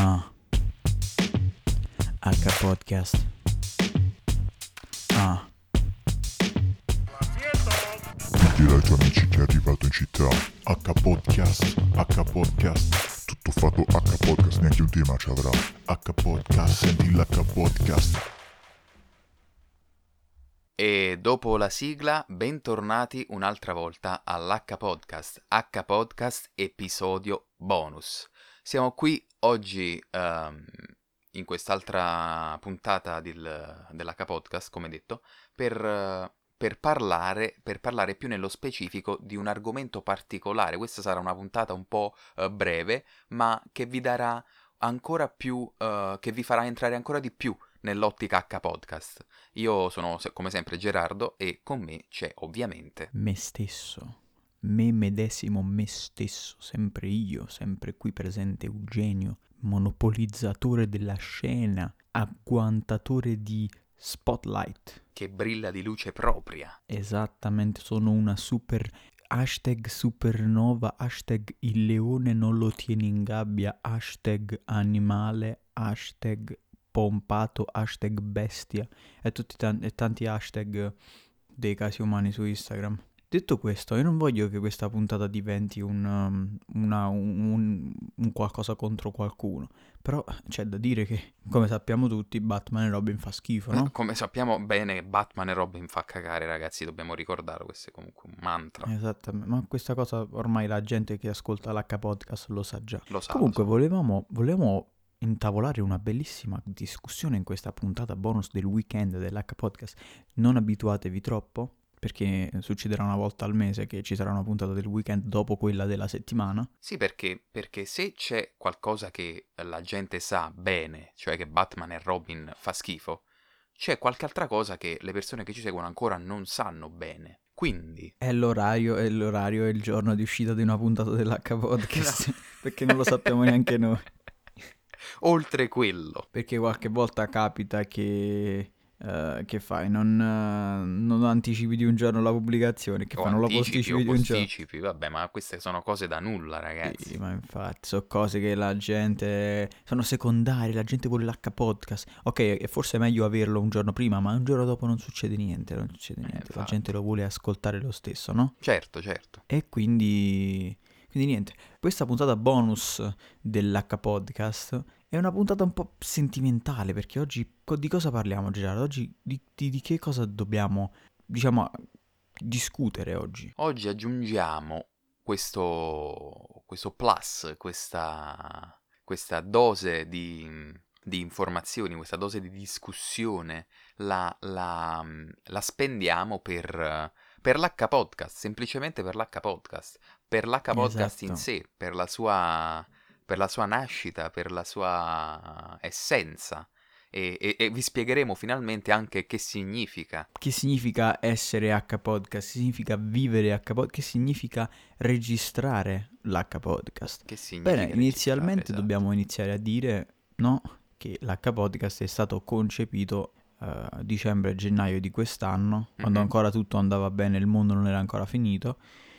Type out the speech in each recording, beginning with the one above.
H Podcast. Dirai ai tuoi amici che è arrivato in città. H Podcast. Tutto fatto H Podcast, neanche un tema ci avrà. H Podcast, senti l'H Podcast. E dopo la sigla, bentornati un'altra volta all'H Podcast. H Podcast episodio bonus. Siamo qui oggi in quest'altra puntata dell'H Podcast, come detto, per parlare più nello specifico di un argomento particolare. Questa sarà una puntata un po' breve, ma che vi darà ancora più, che vi farà entrare ancora di più nell'ottica H Podcast. Io sono come sempre Gerardo e con me c'è ovviamente Me stesso. Me medesimo, me stesso. Sempre io, sempre qui presente Eugenio. Monopolizzatore della scena. Agguantatore di spotlight. che brilla di luce propria. Esattamente, sono una super... Hashtag supernova, hashtag il leone non lo tiene in gabbia, hashtag animale, hashtag pompato, hashtag bestia e tanti hashtag dei casi umani su Instagram. Detto questo, io non voglio che questa puntata diventi un qualcosa contro qualcuno, però c'è da dire che, come sappiamo tutti, Batman e Robin fa schifo, no? Come sappiamo bene, Batman e Robin fa cagare, ragazzi, dobbiamo ricordarlo, questo è comunque un mantra. Esattamente, ma questa cosa ormai la gente che ascolta l'H Podcast lo sa già. Lo sa, Comunque lo so. volevamo intavolare una bellissima discussione in questa puntata bonus del weekend dell'H Podcast. Non abituatevi troppo, perché succederà una volta al mese che ci sarà una puntata del weekend dopo quella della settimana. Sì, perché se c'è qualcosa che la gente sa bene, cioè che Batman e Robin fa schifo, c'è qualche altra cosa che le persone che ci seguono ancora non sanno bene. Quindi... È l'orario e il giorno di uscita di una puntata dell'H Podcast, perché non lo sappiamo neanche noi. Oltre quello. Perché qualche volta capita che fai? Non anticipi di un giorno la pubblicazione, che O fai? Non la anticipi posticipi o di un giorno. posticipi, vabbè, ma queste sono cose da nulla, ragazzi. Sì, ma infatti sono cose che la gente... sono secondarie, la gente vuole l'H podcast. Ok, è forse meglio averlo un giorno prima, ma un giorno dopo non succede niente, La infatti. gente lo vuole ascoltare lo stesso, no? Certo. E quindi niente, questa puntata bonus dell'H Podcast è una puntata un po' sentimentale, perché oggi di cosa parliamo, Gerardo? Oggi di che cosa dobbiamo, diciamo, discutere oggi? Oggi aggiungiamo questo plus, questa dose di informazioni, questa dose di discussione, la spendiamo per l'H Podcast, semplicemente per l'H Podcast, per l'H Podcast in Esatto. sé, per la sua nascita, per la sua essenza. E vi spiegheremo finalmente anche che significa. Che significa essere H podcast? Che significa vivere H podcast? Che significa registrare l'H podcast? Che significa Bene, registrare, inizialmente esatto. dobbiamo iniziare a dire, no, che l'H podcast è stato concepito dicembre-gennaio di quest'anno, quando Mhm. ancora tutto andava bene, il mondo non era ancora finito,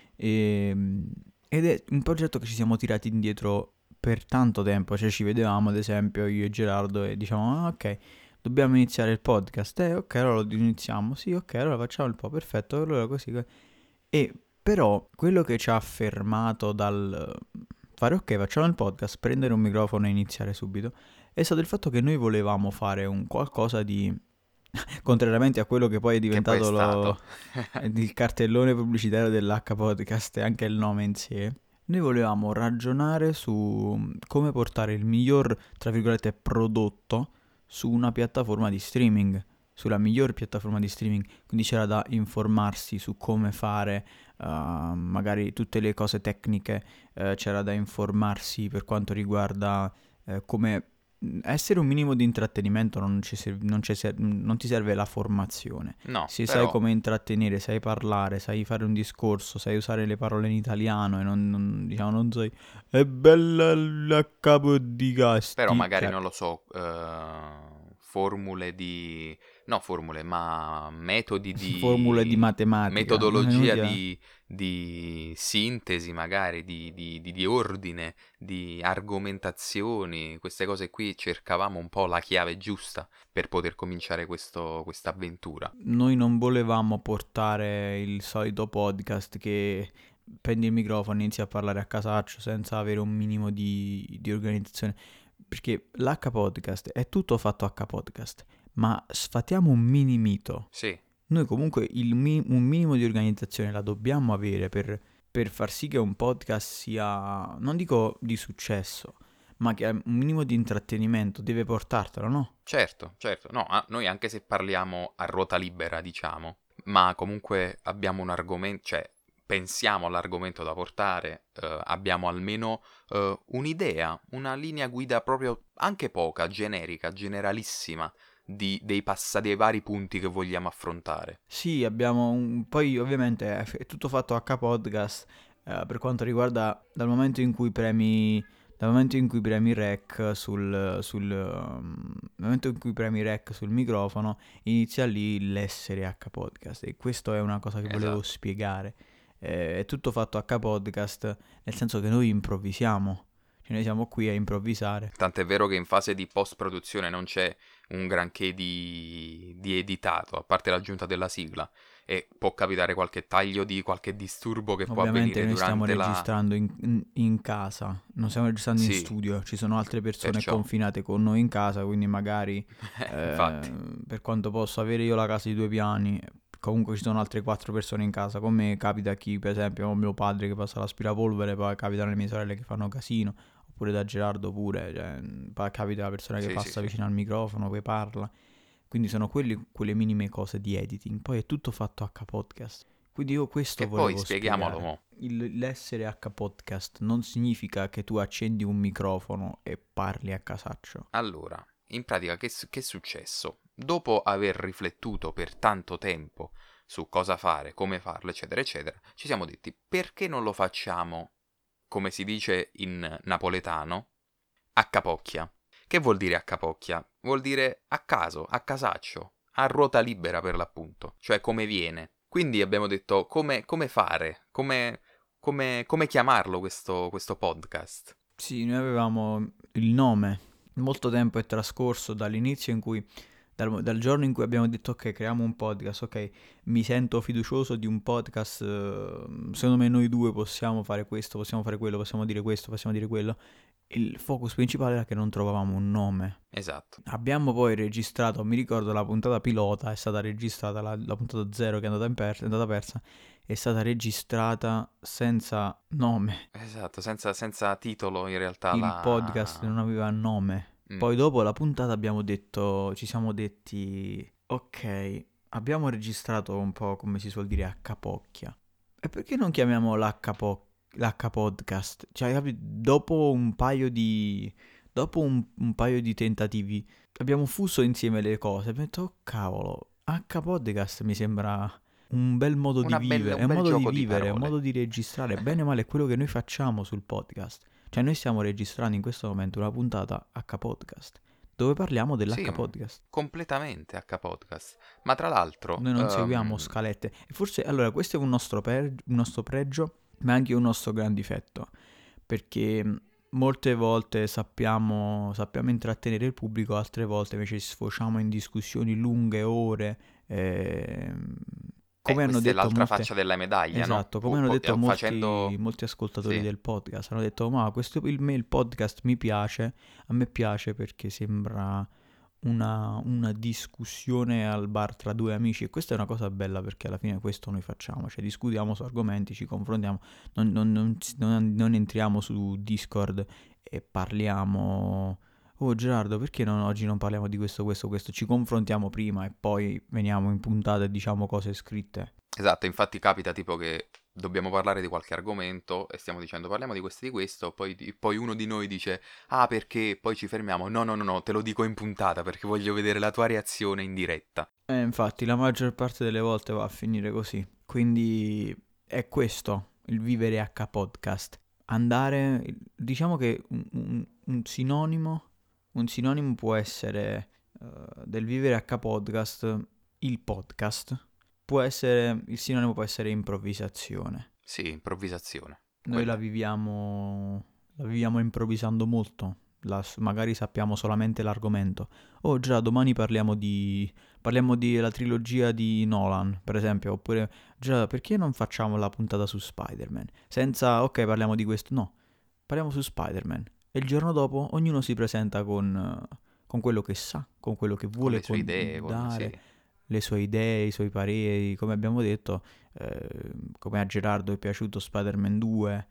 ed è un progetto che ci siamo tirati indietro per tanto tempo, cioè ci vedevamo ad esempio io e Gerardo e diciamo, ok, dobbiamo iniziare il podcast, ok, allora lo iniziamo, sì, ok, allora facciamo il po', perfetto, allora così. E però quello che ci ha fermato dal fare ok, facciamo il podcast, prendere un microfono e iniziare subito, è stato il fatto che noi volevamo fare un qualcosa di... contrariamente a quello che poi è Che poi è diventato stato. il cartellone pubblicitario dell'H podcast e anche il nome in sé, noi volevamo ragionare su come portare il miglior, tra virgolette, prodotto su una piattaforma di streaming, sulla miglior piattaforma di streaming, quindi c'era da informarsi su come fare magari tutte le cose tecniche, c'era da informarsi per quanto riguarda come essere un minimo di intrattenimento, non ti serve la formazione. No, Se sai però, come intrattenere, sai parlare, sai fare un discorso, sai usare le parole in italiano e diciamo, non sai... È bella la capo di però casti. magari Cioè, non lo so, ma metodi Formule di matematica. metodologia Venuti di sintesi, magari, di ordine, di argomentazioni, queste cose qui. Cercavamo un po' la chiave giusta per poter cominciare questa avventura. Noi non volevamo portare il solito podcast che prendi il microfono e inizi a parlare a casaccio senza avere un minimo di organizzazione. Perché l'H podcast è tutto fatto H podcast, ma sfatiamo un mini mito. Sì, Noi comunque un minimo di organizzazione la dobbiamo avere per far sì che un podcast sia, non dico di successo, ma che un minimo di intrattenimento deve portartelo, no? certo. No, noi anche se parliamo a ruota libera, diciamo, ma comunque abbiamo un argomento, cioè pensiamo all'argomento da portare, abbiamo almeno un'idea, una linea guida proprio anche poca, generica, generalissima, dei vari punti che vogliamo affrontare. Sì, poi ovviamente è tutto fatto H podcast per quanto riguarda dal momento in cui premi rec nel momento in cui premi rec sul microfono, inizia lì l'essere H podcast, e questo è una cosa che volevo Esatto. spiegare. È tutto fatto H podcast, nel senso che noi improvvisiamo, cioè noi siamo qui a improvvisare. Tant'è vero che in fase di post-produzione non c'è un granché di editato, a parte l'aggiunta della sigla, e può capitare qualche taglio di qualche disturbo che può Ovviamente avvenire noi stiamo durante la... registrando in casa, non stiamo registrando in Sì, studio, ci sono altre persone perciò. confinate con noi in casa, quindi magari Infatti, per quanto posso avere io la casa di 2 piani, comunque ci sono altre 4 persone in casa con me, capita chi per esempio ho mio padre che passa l'aspirapolvere, poi capitano le mie sorelle che fanno casino, oppure da Gerardo pure, cioè, poi capita la persona che sì, passa sì. vicino al microfono, poi parla. Quindi sono quelle minime cose di editing. Poi è tutto fatto H podcast. Quindi io questo Che poi, volevo spieghiamolo spiegare. mo'. L'essere H podcast non significa che tu accendi un microfono e parli a casaccio. Allora, in pratica che è successo? Dopo aver riflettuto per tanto tempo su cosa fare, come farlo, eccetera, eccetera, ci siamo detti: perché non lo facciamo, come si dice in napoletano, a capocchia? Che vuol dire a capocchia? Vuol dire a caso, a casaccio, a ruota libera per l'appunto, cioè come viene. Quindi abbiamo detto come fare, come chiamarlo questo podcast. Sì, noi avevamo il nome. Molto tempo è trascorso dall'inizio in cui, dal giorno in cui abbiamo detto ok, creiamo un podcast, ok, mi sento fiducioso di un podcast, secondo me noi due possiamo fare questo, possiamo fare quello, possiamo dire questo, possiamo dire quello. Il focus principale era che non trovavamo un nome. Esatto. Abbiamo poi registrato, mi ricordo la puntata pilota è stata registrata, la puntata 0 che è andata persa, è stata registrata senza nome. Esatto, senza titolo in realtà Il podcast non aveva nome. Mm. Poi dopo la puntata ci siamo detti, ok, abbiamo registrato un po' come si suol dire a capocchia. E perché non chiamiamo l'H podcast? Cioè, dopo un paio di tentativi abbiamo fuso insieme le cose. Ho detto, oh cavolo, H podcast mi sembra un bel modo di vivere, è un un bel modo di gioco di vivere, è un parole. modo di registrare. Bene o male è quello che noi facciamo sul podcast. Cioè noi stiamo registrando in questo momento una puntata H podcast, dove parliamo dell'H Sì, podcast. completamente H podcast. Ma tra l'altro, Noi non seguiamo scalette. E forse, allora, questo è un nostro pregio, ma anche un nostro gran difetto. Perché molte volte sappiamo intrattenere il pubblico, altre volte invece sfociamo in discussioni lunghe, ore. Come hanno questa è detto l'altra molte... faccia della medaglia, no? Esatto, come hanno detto Facendo... molti ascoltatori Sì, del podcast, hanno detto, ma il podcast mi piace, a me piace perché sembra una discussione al bar tra due amici, e questa è una cosa bella perché alla fine questo noi facciamo, cioè discutiamo su argomenti, ci confrontiamo, non entriamo su Discord e parliamo... Oh Gerardo, perché oggi non parliamo di questo? Ci confrontiamo prima e poi veniamo in puntata e diciamo cose scritte. esatto, infatti capita tipo che dobbiamo parlare di qualche argomento e stiamo dicendo parliamo di questo, poi uno di noi dice ah perché, poi ci fermiamo, no, te lo dico in puntata perché voglio vedere la tua reazione in diretta. Infatti la maggior parte delle volte va a finire così, quindi è questo il vivere H podcast. Diciamo che un sinonimo può essere del vivere H podcast, il podcast, il sinonimo può essere improvvisazione. Sì, improvvisazione. Noi Quella. la viviamo improvvisando molto, magari sappiamo solamente l'argomento. Oh già, domani parliamo della trilogia di Nolan, per esempio, oppure già, perché non facciamo la puntata su Spider-Man? Senza, ok, parliamo di questo, no, parliamo su Spider-Man. E il giorno dopo ognuno si presenta con quello che sa, con quello che Con vuole le sue idee, dare, sì. le sue idee, i suoi pareri, come abbiamo detto, come a Gerardo è piaciuto Spider-Man 2,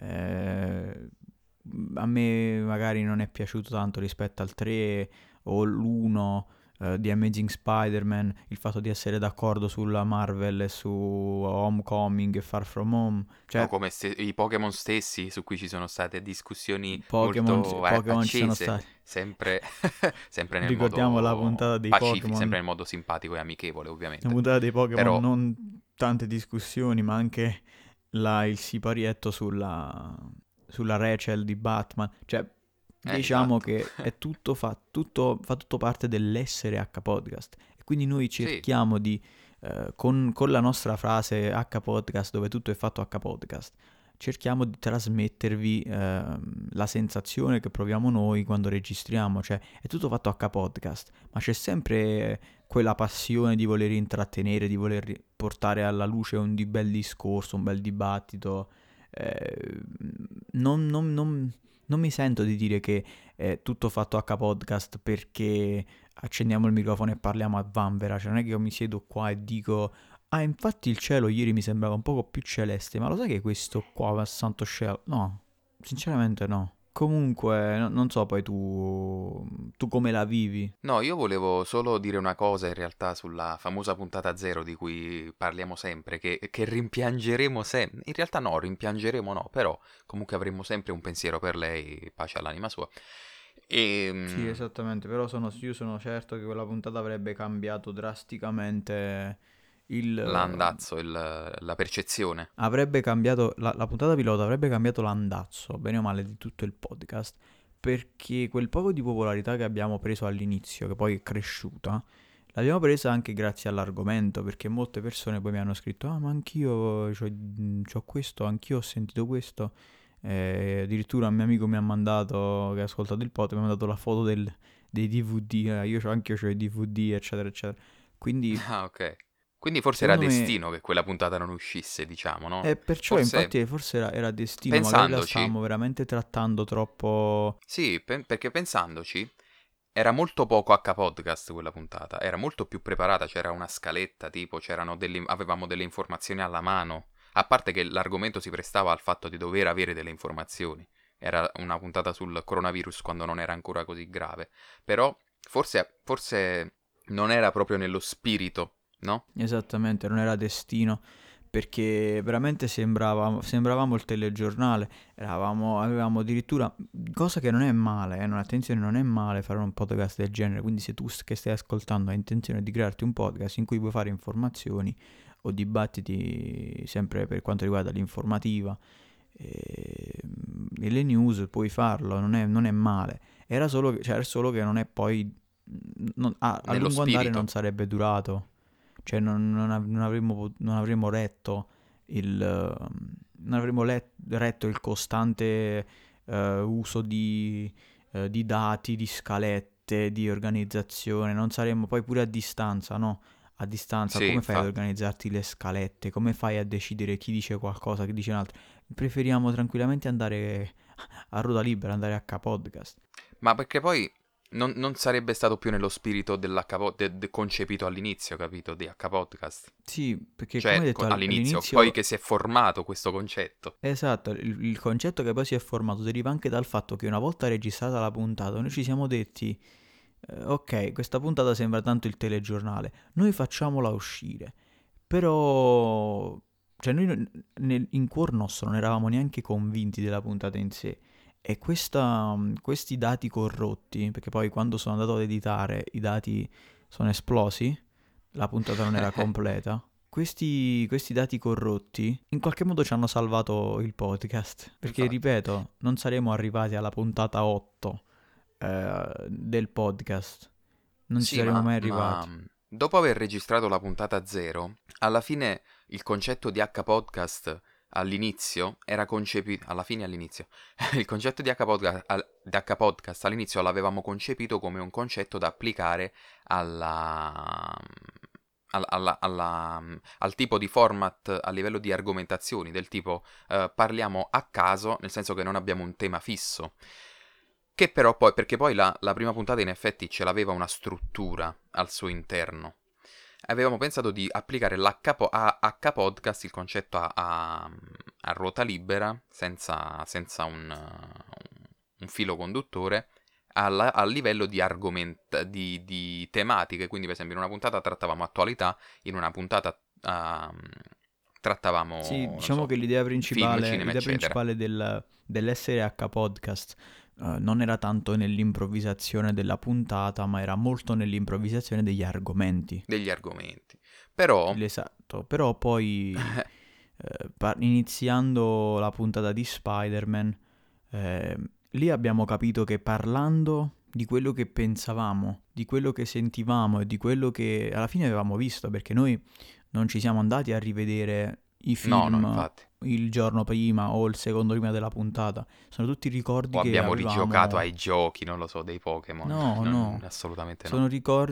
a me magari non è piaciuto tanto rispetto al 3 o l'1 di Amazing Spider-Man, il fatto di essere d'accordo sulla Marvel e su Homecoming e Far From Home, O cioè come i Pokémon stessi, su cui ci sono state discussioni Pokémon, molto Pokémon ci sono accese, stati. sempre, sempre nel Ricordiamo la modo puntata dei pacifico, Pokémon. sempre nel modo simpatico e amichevole, La ovviamente. puntata dei Pokémon, Però, non tante discussioni, ma anche il siparietto sulla Rachel di Batman. Cioè, diciamo esatto. che è fa tutto parte dell'essere H podcast. E quindi noi Sì, cerchiamo di, con la nostra frase H podcast, dove tutto è fatto H podcast, cerchiamo di trasmettervi la sensazione che proviamo noi quando registriamo. Cioè, è tutto fatto H podcast, ma c'è sempre quella passione di voler intrattenere, di voler portare alla luce un bel discorso, un bel dibattito. Eh, non mi sento di dire che è tutto fatto H podcast perché accendiamo il microfono e parliamo a vanvera. Cioè non è che io mi siedo qua e dico: ah, infatti il cielo ieri mi sembrava un poco più celeste, ma lo sai che questo qua va a santo cielo? No, sinceramente no. Comunque, non so poi tu come la vivi. no, io volevo solo dire una cosa in realtà sulla famosa puntata zero di cui parliamo sempre, che rimpiangeremo sempre. In realtà no, rimpiangeremo no, però comunque avremo sempre un pensiero per lei, pace all'anima sua. Sì, E esattamente, però io sono certo che quella puntata avrebbe cambiato drasticamente il... l'andazzo, la percezione. avrebbe cambiato, la puntata pilota avrebbe cambiato l'andazzo, bene o male, di tutto il podcast, perché quel poco di popolarità che abbiamo preso all'inizio, che poi è cresciuta, l'abbiamo presa anche grazie all'argomento, perché molte persone poi mi hanno scritto: ah, ma anch'io c'ho questo, anch'io ho sentito questo. Addirittura un mio amico mi ha mandato, che ha ascoltato il podcast, mi ha mandato la foto dei DVD, anche io ho i DVD, eccetera, eccetera. Quindi, Ah, ok. Quindi forse era secondo me, destino che quella puntata non uscisse, diciamo, no? perciò Forse infatti forse era destino, magari la pensandoci, stavamo veramente trattando troppo... sì, perché pensandoci, era molto poco H podcast quella puntata, era molto più preparata, c'era una scaletta, tipo avevamo delle informazioni alla mano, a parte che l'argomento si prestava al fatto di dover avere delle informazioni. Era una puntata sul coronavirus quando non era ancora così grave, però forse non era proprio nello spirito, no? Esattamente, non era destino, perché veramente sembravamo il telegiornale, avevamo addirittura, cosa che non è male, attenzione, non è male fare un podcast del genere, quindi se tu che stai ascoltando hai intenzione di crearti un podcast in cui puoi fare informazioni o dibattiti sempre per quanto riguarda l'informativa e le news, puoi farlo, non è male, era solo che non è poi, a Nello lungo andare non spirito. sarebbe durato. Cioè non avremmo retto retto il costante uso di dati, di scalette, di organizzazione. Non saremmo poi pure a distanza, no? A distanza, Sì, come fai ad infatti. organizzarti le scalette? Come fai a decidere chi dice qualcosa, chi dice un altro? Preferiamo tranquillamente andare a ruota libera, andare a K-Podcast. Ma perché poi non sarebbe stato più nello spirito concepito all'inizio, capito? Di H podcast. Sì, perché come Cioè, detto all'inizio, poi all'inizio. che si è formato questo concetto. Esatto, il concetto che poi si è formato deriva anche dal fatto che una volta registrata la puntata, noi ci siamo detti, ok, questa puntata sembra tanto il telegiornale, noi facciamola uscire, però, cioè noi in cuor nostro non eravamo neanche convinti della puntata in sé, e questi dati corrotti, perché poi quando sono andato ad editare i dati sono esplosi, la puntata non era completa. Questi dati corrotti in qualche modo ci hanno salvato il podcast, perché Infatti. ripeto, non saremmo arrivati alla puntata 8 del podcast. non ci Sì, saremmo mai ma arrivati. dopo aver registrato la puntata 0, alla fine il concetto di H-Podcast all'inizio era concepito, alla fine e all'inizio, il concetto di H-Podcast all'inizio l'avevamo concepito come un concetto da applicare alla, al tipo di format a livello di argomentazioni, del tipo parliamo a caso, nel senso che non abbiamo un tema fisso. Che però poi, perché poi la prima puntata in effetti ce l'aveva una struttura al suo interno. Avevamo pensato di applicare H-Podcast, il concetto a ruota libera, senza un filo conduttore, al livello di di tematiche. Quindi, per esempio, in una puntata trattavamo attualità, in una puntata Sì, trattavamo, non diciamo so, che film, cinema, l'idea eccetera. principale dell'essere H podcast non era tanto nell'improvvisazione della puntata, ma era molto nell'improvvisazione degli argomenti. Degli argomenti. Però, Esatto, però poi iniziando la puntata di Spider-Man, eh, lì abbiamo capito che parlando di quello che pensavamo, di quello che sentivamo e di quello che alla fine avevamo visto, perché noi non ci siamo andati a rivedere i no, film infatti. il giorno prima o il secondo prima della puntata, sono tutti ricordi O che abbiamo rigiocato avevamo. ai giochi, non lo so, dei Pokémon. No, no, Assolutamente no. sono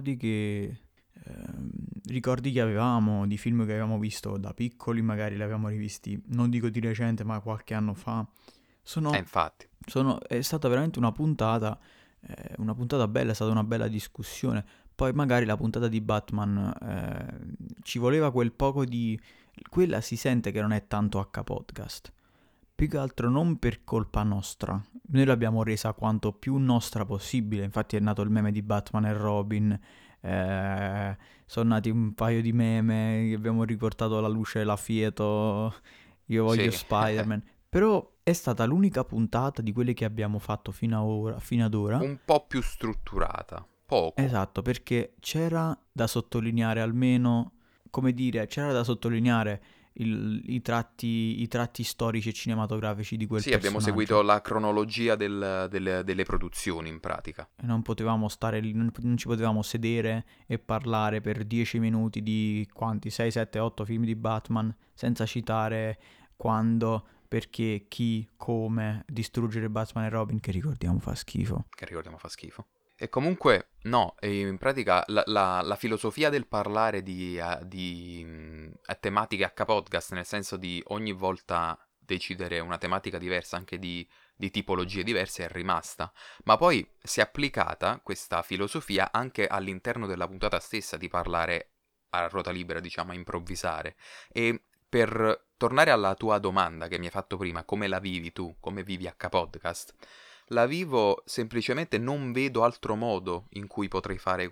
ricordi che avevamo, di film che avevamo visto da piccoli, magari li avevamo rivisti, non dico di recente, ma qualche anno fa. Sono, Infatti. è stata veramente una puntata bella, è stata una bella discussione. Poi magari la puntata di Batman ci voleva quel poco di. Quella si sente che non è tanto H podcast. Più che altro non per colpa nostra. Noi l'abbiamo resa quanto più nostra possibile. Infatti è nato il meme di Batman e Robin. Sono nati un paio di meme. Abbiamo riportato alla luce la Fieto. Io voglio Sì. Spider-Man. Però è stata l'unica puntata di quelle che abbiamo fatto fino ad ora. Un po' più strutturata. Poco. Esatto, perché c'era da sottolineare almeno, come dire, c'era da sottolineare i tratti storici e cinematografici di quel Sì, abbiamo seguito personaggio. la cronologia delle produzioni in pratica. E non potevamo stare lì, non ci potevamo sedere e parlare per 10 minuti di quanti, 6, 7, 8 film di Batman senza citare quando, perché, chi, come distruggere Batman e Robin, che ricordiamo fa schifo. Che ricordiamo fa schifo. E comunque, no, in pratica la filosofia del parlare di tematiche H-podcast, nel senso di ogni volta decidere una tematica diversa, anche di tipologie diverse, è rimasta. Ma poi si è applicata questa filosofia anche all'interno della puntata stessa, di parlare a ruota libera, diciamo, a improvvisare. E per tornare alla tua domanda che mi hai fatto prima, come la vivi tu, come vivi H-podcast? La vivo semplicemente, non vedo altro modo in cui potrei fare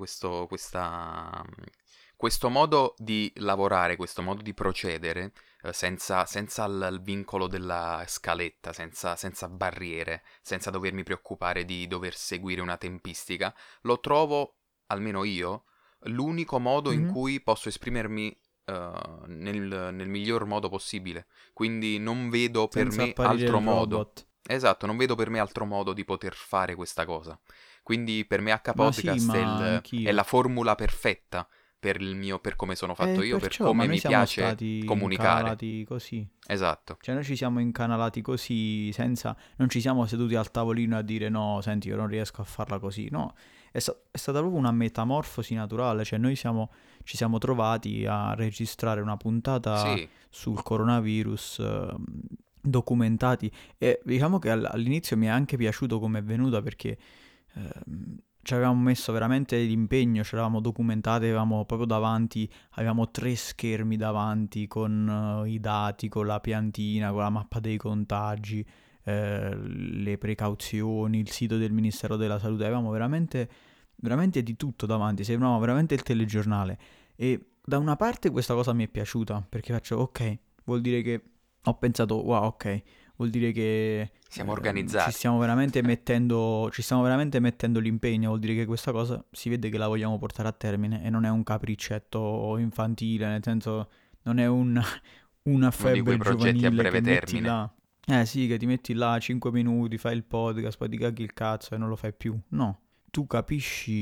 questo modo di lavorare, questo modo di procedere, senza il vincolo della scaletta, senza barriere, senza dovermi preoccupare di dover seguire una tempistica. Lo trovo, almeno io, l'unico modo in Mhm. cui posso esprimermi nel miglior modo possibile. Quindi non vedo per Senza me apparire altro il modo. robot. Esatto, non vedo per me altro modo di poter fare questa cosa. Quindi per me Ma sì, H-Podcast ma è la anch'io. formula perfetta per come sono fatto E io, per perciò, ma come noi mi siamo piace stati comunicare. incanalati così. Esatto. Cioè noi ci siamo incanalati così, senza. Non ci siamo seduti al tavolino a dire no, senti, io non riesco a farla così. No, è stata proprio una metamorfosi naturale. Cioè noi ci siamo trovati a registrare una puntata Sì, sul coronavirus, documentati. E diciamo che all'inizio mi è anche piaciuto come è venuta perché ci avevamo messo veramente l'impegno, ci eravamo documentati, avevamo proprio davanti, avevamo 3 schermi davanti con i dati, con la piantina, con la mappa dei contagi, le precauzioni, il sito del Ministero della Salute, avevamo veramente, veramente di tutto davanti, sembravamo veramente il telegiornale. E da una parte questa cosa mi è piaciuta, perché faccio, ok, vuol dire che ho pensato, wow, ok, vuol dire che siamo organizzati. ci stiamo veramente mettendo l'impegno, vuol dire che questa cosa si vede che la vogliamo portare a termine e non è un capriccetto infantile, nel senso non è una Uno di quei febbre progetti a giovanile che breve metti termine. là. Eh sì, che ti metti là 5 minuti, fai il podcast, poi ti caghi il cazzo e non lo fai più. No, tu capisci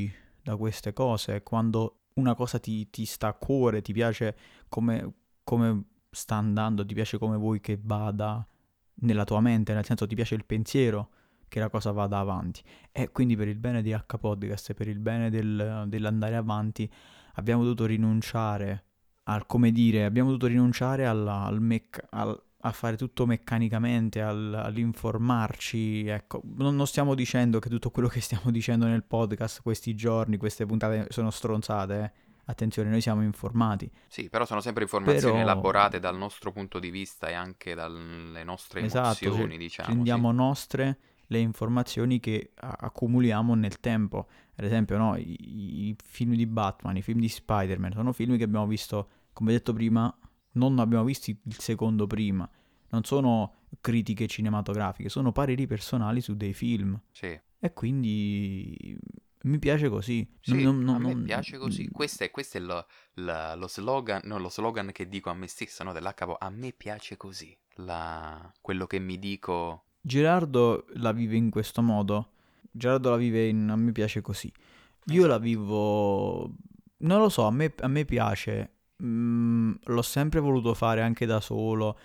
da queste cose, quando una cosa ti sta a cuore, ti piace come sta andando, ti piace come vuoi che vada nella tua mente, nel senso ti piace il pensiero che la cosa vada avanti. E quindi per il bene di H Podcast e per il bene dell'andare avanti abbiamo dovuto rinunciare a fare tutto meccanicamente, all'informarci. Ecco, non stiamo dicendo che tutto quello che stiamo dicendo nel podcast questi giorni, queste puntate sono stronzate, Attenzione, noi siamo informati. Sì, però sono sempre informazioni Però, elaborate dal nostro punto di vista e anche dalle nostre esatto, emozioni, diciamo, rendiamo sì. nostre le informazioni che accumuliamo nel tempo. Ad esempio, no, i film di Batman, i film di Spider-Man, sono film che abbiamo visto, come detto prima, non abbiamo visto il secondo prima. Non sono critiche cinematografiche, sono pareri personali su dei film. Sì. E quindi mi piace così. Sì, a me piace così. Questo è lo slogan, no, lo slogan che dico a me stesso, no, dell'HPO. A me piace così. Quello che mi dico. Gerardo la vive in questo modo. Gerardo la vive in a me piace così. Io Esatto. la vivo... Non lo so, a me piace. L'ho sempre voluto fare anche da solo.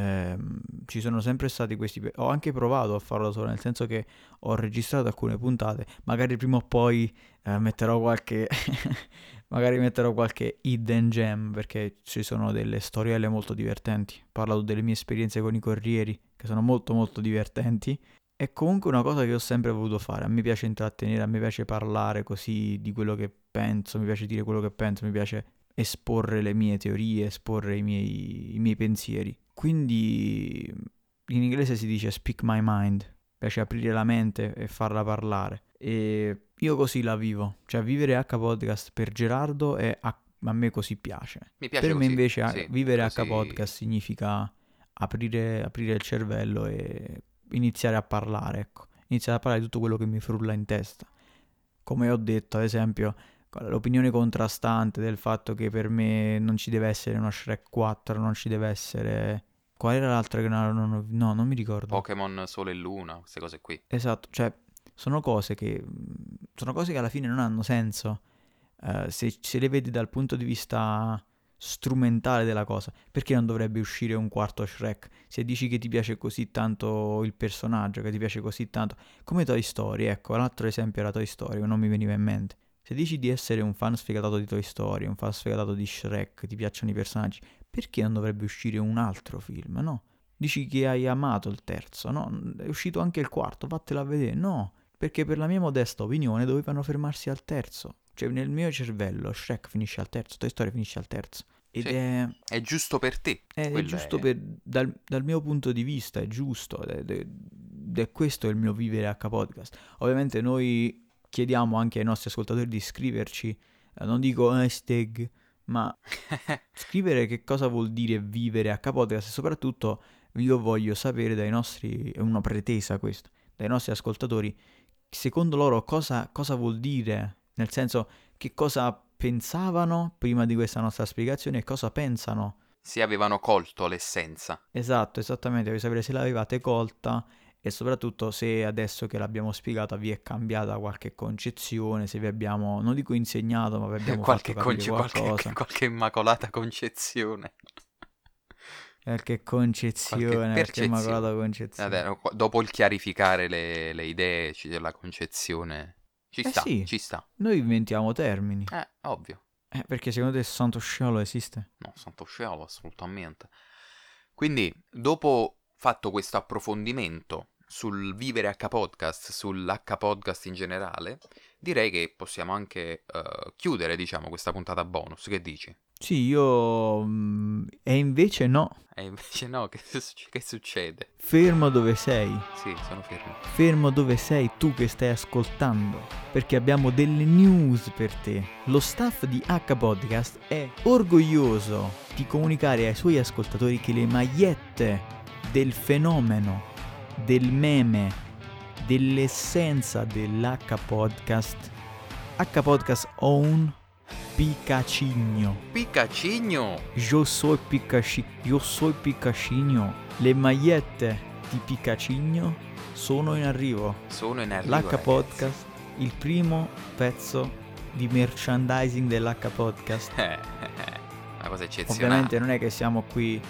Ci sono sempre stati questi... Ho anche provato a farlo da solo, nel senso che ho registrato alcune puntate. Magari prima o poi metterò qualche... magari metterò qualche hidden gem, perché ci sono delle storielle molto divertenti. Ho parlato delle mie esperienze con i corrieri, che sono molto molto divertenti. È comunque una cosa che ho sempre voluto fare. A me piace intrattenere, a me piace parlare così di quello che penso, mi piace dire quello che penso, mi piace esporre le mie teorie, esporre i miei pensieri. Quindi in inglese si dice speak my mind, piace aprire la mente e farla parlare. E io così la vivo, cioè vivere H Podcast per Gerardo a me così piace. Mi piace Per me così, invece sì, vivere H così. Podcast significa aprire il cervello e iniziare a parlare, ecco. Iniziare a parlare di tutto quello che mi frulla in testa. Come ho detto, ad esempio, l'opinione contrastante del fatto che per me non ci deve essere uno Shrek 4, non ci deve essere... Qual era l'altra che non mi ricordo. Pokémon Sole e Luna, queste cose qui. Esatto, cioè sono cose che alla fine non hanno senso se le vedi dal punto di vista strumentale della cosa. Perché non dovrebbe uscire un quarto Shrek? Se dici che ti piace così tanto il personaggio, che ti piace così tanto, come Toy Story, ecco, l'altro esempio era Toy Story, non mi veniva in mente. Se dici di essere un fan sfegatato di Toy Story, un fan sfegatato di Shrek, ti piacciono i personaggi, perché non dovrebbe uscire un altro film, no? Dici che hai amato il terzo, no? È uscito anche il quarto, vattela a vedere, no? Perché per la mia modesta opinione dovevano fermarsi al terzo. Cioè nel mio cervello Shrek finisce al terzo, Toy Story finisce al terzo. Ed Sì, è giusto per te. è giusto dal mio punto di vista, è giusto. Ed è questo il mio vivere H Podcast. Ovviamente noi chiediamo anche ai nostri ascoltatori di scriverci, non dico hashtag, ma scrivere che cosa vuol dire vivere H Podcast e soprattutto io voglio sapere dai nostri, è una pretesa questa, dai nostri ascoltatori, secondo loro cosa vuol dire, nel senso che cosa pensavano prima di questa nostra spiegazione e cosa pensano. Se avevano colto l'essenza. Esatto, esattamente, voglio sapere se l'avevate colta e soprattutto se adesso che l'abbiamo spiegata vi è cambiata qualche concezione, se vi abbiamo, non dico insegnato, ma vi abbiamo fatto capire qualcosa. Qualche immacolata concezione. Qualche concezione, qualche immacolata concezione. Vabbè, dopo il chiarificare le idee la concezione ci sta, Sì, ci sta. Noi inventiamo termini. Ovvio. Perché secondo te Santo Sciolo esiste? No, santo cielo, assolutamente. Quindi, dopo fatto questo approfondimento sul vivere H Podcast, sull'H Podcast in generale, direi che possiamo anche chiudere, diciamo, questa puntata bonus. Che dici? Sì, io... E invece no. E invece no, che succede? Fermo dove sei. Sì, sono fermo. Fermo dove sei tu che stai ascoltando, perché abbiamo delle news per te. Lo staff di H Podcast è orgoglioso di comunicare ai suoi ascoltatori che le magliette del fenomeno, del meme, dell'essenza dell'H Podcast, H Podcast Own Picacigno. Picacigno! Io soy Picacigno. Le magliette di Picacigno sono in arrivo. Sono in arrivo, L'H ragazzi. Podcast, il primo pezzo di merchandising dell'H Podcast. Una cosa eccezionale. Ovviamente non è che siamo qui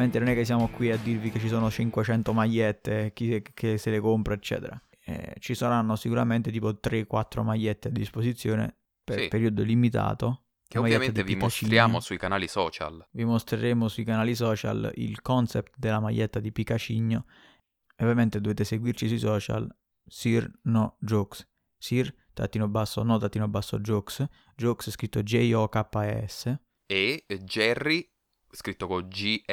a dirvi che ci sono 500 magliette, chi che se le compra, eccetera. Ci saranno sicuramente tipo 3-4 magliette a disposizione per Sì. periodo limitato. Che La maglietta ovviamente di vi Picacigno. mostriamo sui canali social. Vi mostreremo sui canali social il concept della maglietta di Picacigno. E ovviamente dovete seguirci sui social. Sir No Jokes. Sir _no_ Jokes. Jokes scritto JOKES. E Jerry, scritto con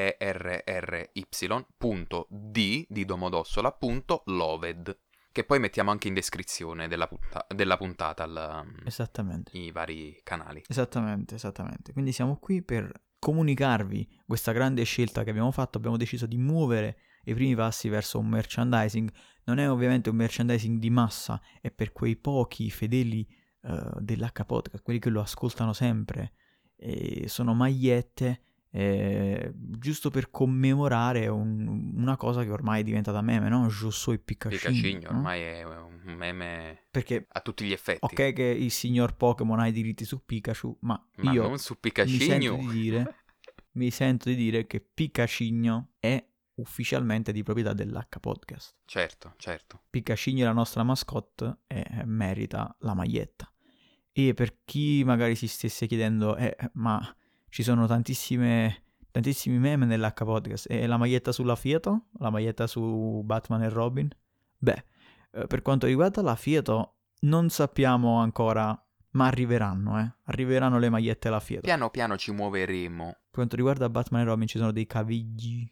GERRY, .d di Domodossola, .loved. Che poi mettiamo anche in descrizione della puntata Esattamente. i vari canali. Esattamente. Quindi siamo qui per comunicarvi questa grande scelta che abbiamo fatto. Abbiamo deciso di muovere i primi passi verso un merchandising. Non è ovviamente un merchandising di massa, è per quei pochi fedeli dell'H Podcast, quelli che lo ascoltano sempre. E sono magliette giusto per commemorare una cosa che ormai è diventata meme, no? Je suis Picacigno no? ormai è un meme Perché a tutti gli effetti. ok che il signor Pokémon ha i diritti su Pikachu, ma io non su Picacigno. mi sento di dire che Picacigno è ufficialmente di proprietà dell'H Podcast. Certo. Picacigno è la nostra mascotte e merita la maglietta. E per chi magari si stesse chiedendo, ma ci sono tantissimi meme nell'H Podcast, e la maglietta sulla Fieto? La maglietta su Batman e Robin? Beh, per quanto riguarda la Fieto non sappiamo ancora, ma arriveranno le magliette alla Fieto. Piano piano ci muoveremo. Per quanto riguarda Batman e Robin ci sono dei cavigli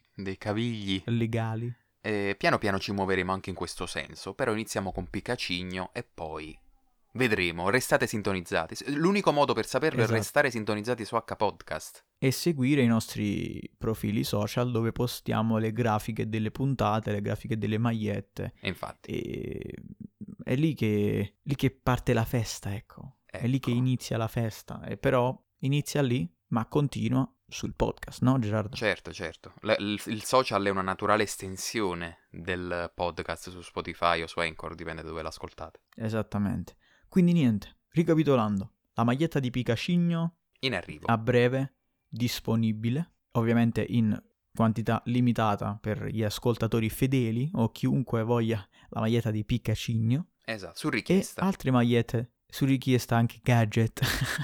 legali. Piano piano ci muoveremo anche in questo senso, però iniziamo con Picacigno e poi vedremo. Restate sintonizzati. L'unico modo per saperlo Esatto. è restare sintonizzati su H Podcast. E seguire i nostri profili social dove postiamo le grafiche delle puntate, le grafiche delle magliette. E infatti. E è lì che parte la festa, ecco. È lì che inizia la festa. E però inizia lì, ma continua sul podcast, no Gerardo? Certo. Il social è una naturale estensione del podcast su Spotify o su Anchor, dipende da dove l'ascoltate. Esattamente. Quindi niente, ricapitolando, la maglietta di Picacigno In arrivo. a breve, disponibile, ovviamente in quantità limitata per gli ascoltatori fedeli o chiunque voglia la maglietta di Picacigno. Esatto, su E richiesta. altre magliette, su richiesta anche gadget.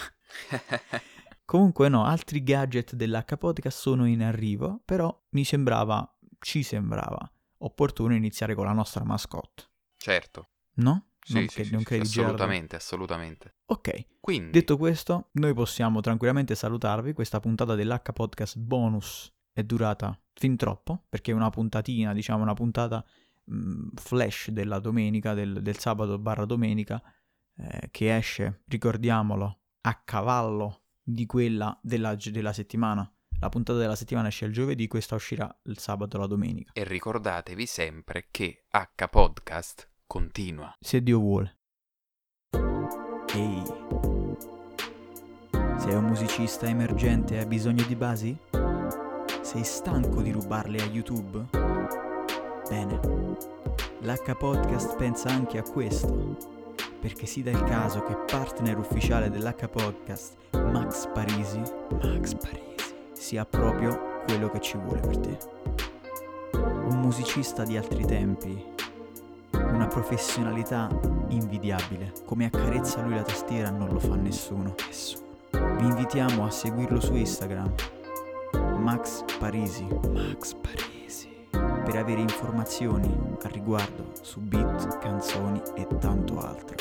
Comunque no, altri gadget dell'H Podcast sono in arrivo, però ci sembrava opportuno iniziare con la nostra mascotte. Certo. No? Sì, non credi, Gerardo? assolutamente. Ok, Quindi, detto questo, noi possiamo tranquillamente salutarvi. Questa puntata dell'H Podcast bonus è durata fin troppo, perché è una puntatina, diciamo una puntata flash della domenica, del sabato / domenica, che esce, ricordiamolo, a cavallo di quella della settimana. La puntata della settimana esce il giovedì, questa uscirà il sabato o la domenica. e ricordatevi sempre che H Podcast continua. Se Dio vuole. Ehi, sei un musicista emergente e hai bisogno di basi? Sei stanco di rubarle a YouTube? Bene, l'H Podcast pensa anche a questo, perché si dà il caso che partner ufficiale dell'H Podcast, Max Parisi, sia proprio quello che ci vuole per te. Un musicista di altri tempi, una professionalità invidiabile. Come accarezza lui la tastiera non lo fa nessuno. Vi invitiamo a seguirlo su Instagram, Max Parisi, per avere informazioni al riguardo su beat, canzoni e tanto altro.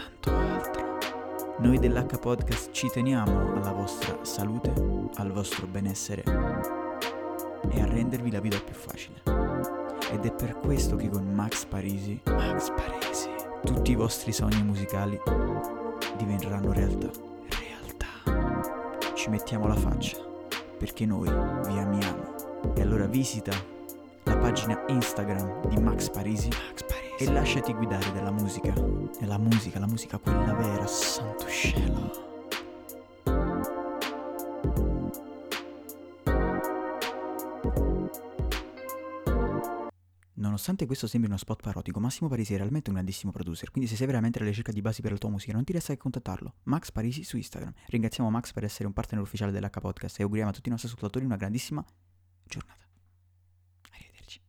Noi dell'H Podcast ci teniamo alla vostra salute, al vostro benessere e a rendervi la vita più facile. Ed è per questo che con Max Parisi, tutti i vostri sogni musicali diventeranno realtà. Ci mettiamo la faccia, perché noi vi amiamo. E allora visita la pagina Instagram di Max Parisi e lasciati guidare dalla musica. E la musica quella vera, santo cielo. Nonostante questo sembri uno spot parodico, Massimo Parisi è realmente un grandissimo producer, quindi se sei veramente alla ricerca di basi per la tua musica non ti resta che contattarlo. Max Parisi su Instagram. Ringraziamo Max per essere un partner ufficiale dell'H Podcast e auguriamo a tutti i nostri ascoltatori una grandissima giornata.